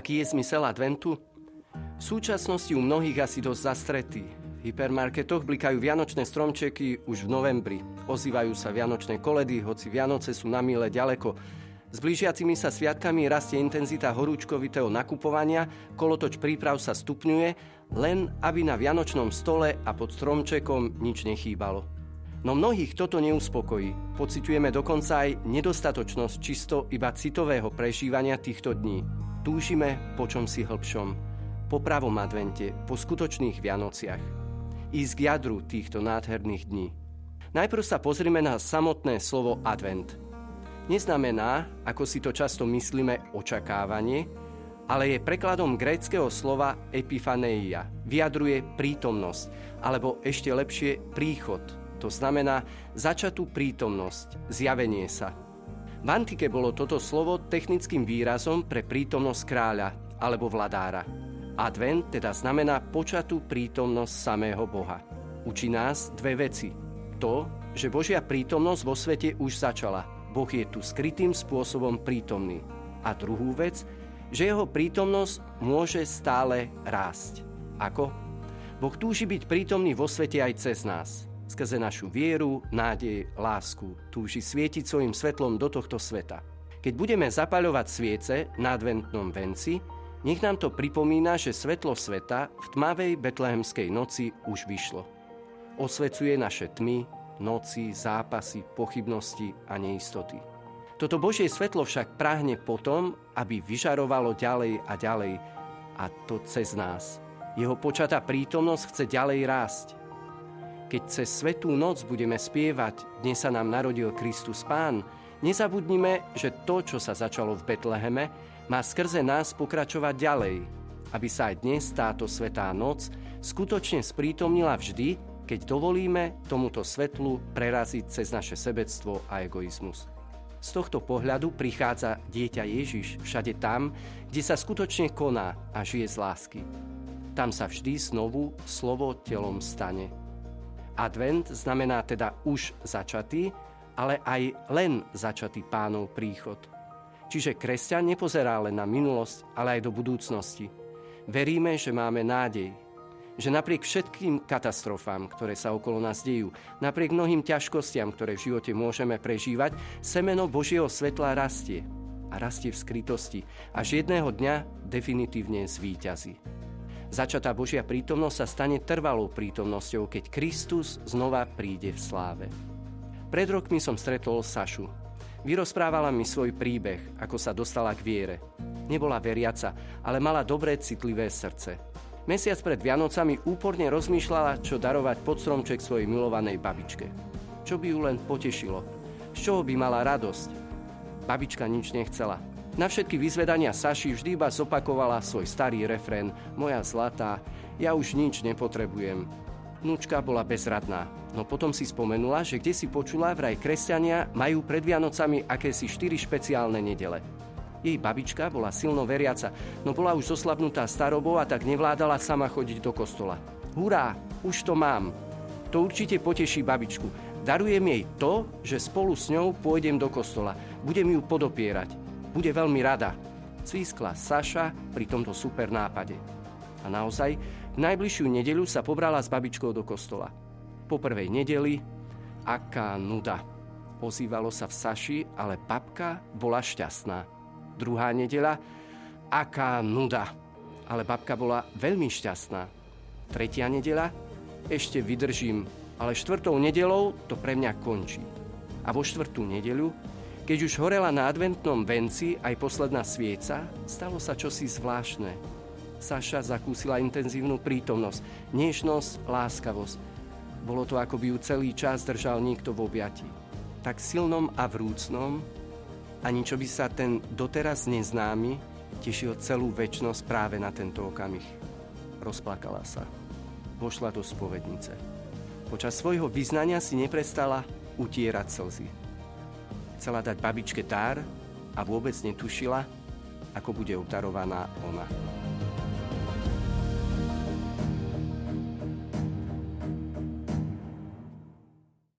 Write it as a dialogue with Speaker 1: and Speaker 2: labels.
Speaker 1: Aký je zmysel adventu? V súčasnosti u mnohých asi dosť zastretý. V hypermarketoch blikajú vianočné stromčeky už v novembri. Ozývajú sa vianočné koledy, hoci Vianoce sú na míle ďaleko. S blížiacimi sa sviatkami rastie intenzita horúčkovitého nakupovania, kolotoč príprav sa stupňuje, len aby na vianočnom stole a pod stromčekom nič nechýbalo. No mnohých toto neuspokojí. Pociťujeme dokonca aj nedostatočnosť čisto iba citového prežívania týchto dní. Túžime po čomsi hĺbšom, po pravom advente, po skutočných Vianociach. Ísť k jadru týchto nádherných dní. Najprv sa pozrime na samotné slovo advent. Neznamená, ako si to často myslíme, očakávanie, ale je prekladom gréckeho slova epifaneia. Vyjadruje prítomnosť, alebo ešte lepšie príchod. To znamená začatú prítomnosť, zjavenie sa. V antike bolo toto slovo technickým výrazom pre prítomnosť kráľa alebo vladára. Advent teda znamená počatú prítomnosť samého Boha. Učí nás dve veci. To, že Božia prítomnosť vo svete už začala. Boh je tu skrytým spôsobom prítomný. A druhú vec, že jeho prítomnosť môže stále rásť. Ako? Boh túži byť prítomný vo svete aj cez nás. Skrze našu vieru, nádej, lásku. Túži svietiť svojim svetlom do tohto sveta. Keď budeme zapaľovať sviece na adventnom venci, nech nám to pripomína, že svetlo sveta v tmavej betlehemskej noci už vyšlo. Osvecuje naše tmy, noci, zápasy, pochybnosti a neistoty. Toto Božie svetlo však práhne potom, aby vyžarovalo ďalej a ďalej, a to cez nás. Jeho počatá prítomnosť chce ďalej rásť. Keď cez svätú noc budeme spievať Dnes sa nám narodil Kristus Pán, nezabudnime, že to, čo sa začalo v Betleheme, má skrze nás pokračovať ďalej, aby sa aj dnes táto svätá noc skutočne sprítomnila vždy, keď dovolíme tomuto svetlu preraziť cez naše sebectvo a egoizmus. Z tohto pohľadu prichádza dieťa Ježiš všade tam, kde sa skutočne koná a žije z lásky. Tam sa vždy znovu slovo telom stane. Advent znamená teda už začatý, ale aj len začatý Pánov príchod. Čiže kresťan nepozerá len na minulosť, ale aj do budúcnosti. Veríme, že máme nádej, že napriek všetkým katastrofám, ktoré sa okolo nás dejú, napriek mnohým ťažkostiam, ktoré v živote môžeme prežívať, semeno Božieho svetla rastie a rastie v skrytosti, až jedného dňa definitívne zvíťazí. Začatá Božia prítomnosť sa stane trvalou prítomnosťou, keď Kristus znova príde v sláve. Pred rokmi som stretol Sašu. Vyrozprávala mi svoj príbeh, ako sa dostala k viere. Nebola veriaca, ale mala dobré, citlivé srdce. Mesiac pred Vianocami úporne rozmýšľala, čo darovať pod stromček svojej milovanej babičke. Čo by ju len potešilo. Z čoho by mala radosť. Babička nič nechcela. Na všetky vyzvedania Saši vždy iba zopakovala svoj starý refrén Moja zlatá, ja už nič nepotrebujem. Vnúčka bola bezradná, no potom si spomenula, že kde si počula, vraj kresťania majú pred Vianocami akési 4 špeciálne nedele. Jej babička bola silno veriaca, no bola už zoslabnutá starobou a tak nevládala sama chodiť do kostola. Hurá, už to mám. To určite poteší babičku. Darujem jej to, že spolu s ňou pôjdem do kostola. Budem ju podopierať. Bude veľmi rada. Cvískla Saša pri tomto super nápade. A naozaj, v najbližšiu nedeľu sa pobrala s babičkou do kostola. Po prvej nedeli, aká nuda. Ozývalo sa v Saši, ale babka bola šťastná. Druhá nedeľa, aká nuda. Ale babka bola veľmi šťastná. Tretia nedeľa, ešte vydržím, ale štvrtou nedeľou to pre mňa končí. A vo štvrtú nedeľu, keď už horela na adventnom venci aj posledná svieca, stalo sa čosi zvláštne. Saša zakúsila intenzívnu prítomnosť, nežnosť, láskavosť. Bolo to, ako by ju celý čas držal niekto v objatí. Tak silnom a vrúcnom, ani čo by sa ten doteraz neznámy tešil celú večnosť práve na tento okamih. Rozplakala sa. Vošla do spovednice. Počas svojho vyznania si neprestala utierať slzy. Chcela dať babičke dar a vôbec netušila, ako bude obdarovaná ona.